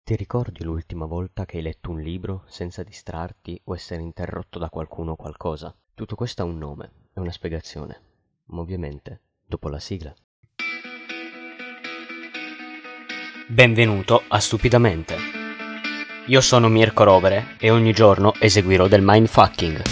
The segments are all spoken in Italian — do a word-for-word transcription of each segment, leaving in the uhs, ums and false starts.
Ti ricordi l'ultima volta che hai letto un libro senza distrarti o essere interrotto da qualcuno o qualcosa? Tutto questo ha un nome e una spiegazione, ma ovviamente dopo la sigla. Benvenuto a Stupidamente. Io sono Mirko Rovere e ogni giorno eseguirò del mindfucking.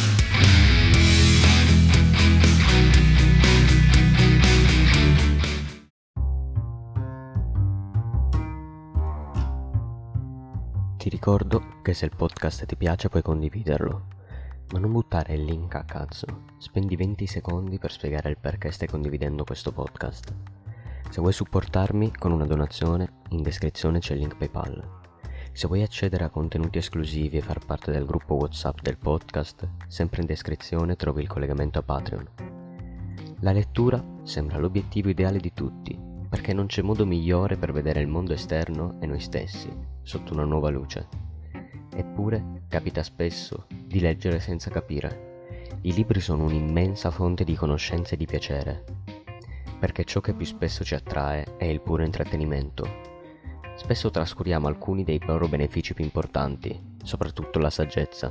Ti ricordo che se il podcast ti piace puoi condividerlo, ma non buttare il link a cazzo. Spendi venti secondi per spiegare il perché stai condividendo questo podcast. Se vuoi supportarmi con una donazione, in descrizione c'è il link PayPal. Se vuoi accedere a contenuti esclusivi e far parte del gruppo WhatsApp del podcast, sempre in descrizione trovi il collegamento a Patreon. La lettura sembra l'obiettivo ideale di tutti, perché non c'è modo migliore per vedere il mondo esterno e noi stessi sotto una nuova luce. Eppure capita spesso di leggere senza capire. I libri sono un'immensa fonte di conoscenza e di piacere, perché ciò che più spesso ci attrae è il puro intrattenimento. Spesso trascuriamo alcuni dei loro benefici più importanti, soprattutto la saggezza.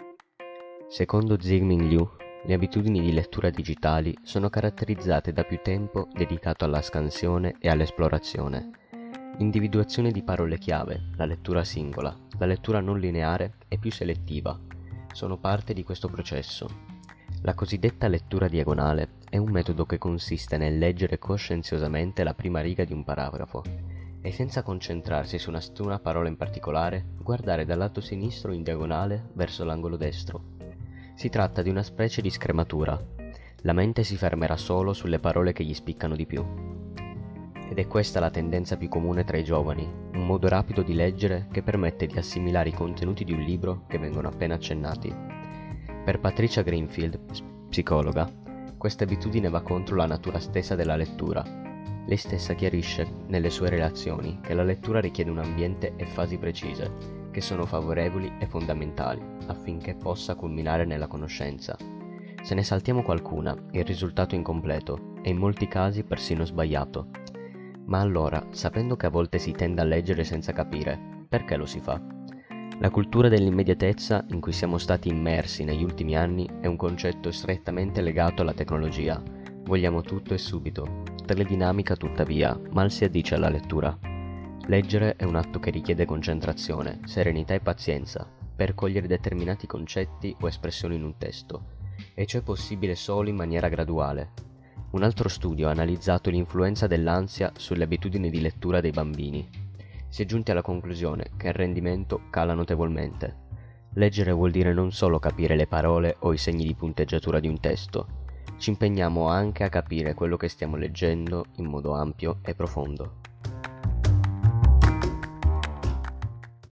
Secondo Zhigming Liu, le abitudini di lettura digitali sono caratterizzate da più tempo dedicato alla scansione e all'esplorazione. L'individuazione di parole chiave, la lettura singola, la lettura non lineare e più selettiva sono parte di questo processo. La cosiddetta lettura diagonale è un metodo che consiste nel leggere coscienziosamente la prima riga di un paragrafo e senza concentrarsi su una, su una parola in particolare, guardare dal lato sinistro in diagonale verso l'angolo destro. Si tratta di una specie di scrematura. La mente si fermerà solo sulle parole che gli spiccano di più. Ed è questa la tendenza più comune tra i giovani, un modo rapido di leggere che permette di assimilare i contenuti di un libro che vengono appena accennati. Per Patricia Greenfield, psicologa, questa abitudine va contro la natura stessa della lettura. Lei stessa chiarisce nelle sue relazioni che la lettura richiede un ambiente e fasi precise, che sono favorevoli e fondamentali, affinché possa culminare nella conoscenza. Se ne saltiamo qualcuna, il risultato è incompleto e in molti casi persino sbagliato. Ma allora, sapendo che a volte si tende a leggere senza capire, perché lo si fa? La cultura dell'immediatezza in cui siamo stati immersi negli ultimi anni è un concetto strettamente legato alla tecnologia. Vogliamo tutto e subito. Tale dinamica, tuttavia, mal si addice alla lettura. Leggere è un atto che richiede concentrazione, serenità e pazienza per cogliere determinati concetti o espressioni in un testo, e ciò è possibile solo in maniera graduale. Un altro studio ha analizzato l'influenza dell'ansia sulle abitudini di lettura dei bambini. Si è giunti alla conclusione che il rendimento cala notevolmente. Leggere vuol dire non solo capire le parole o i segni di punteggiatura di un testo, ci impegniamo anche a capire quello che stiamo leggendo in modo ampio e profondo.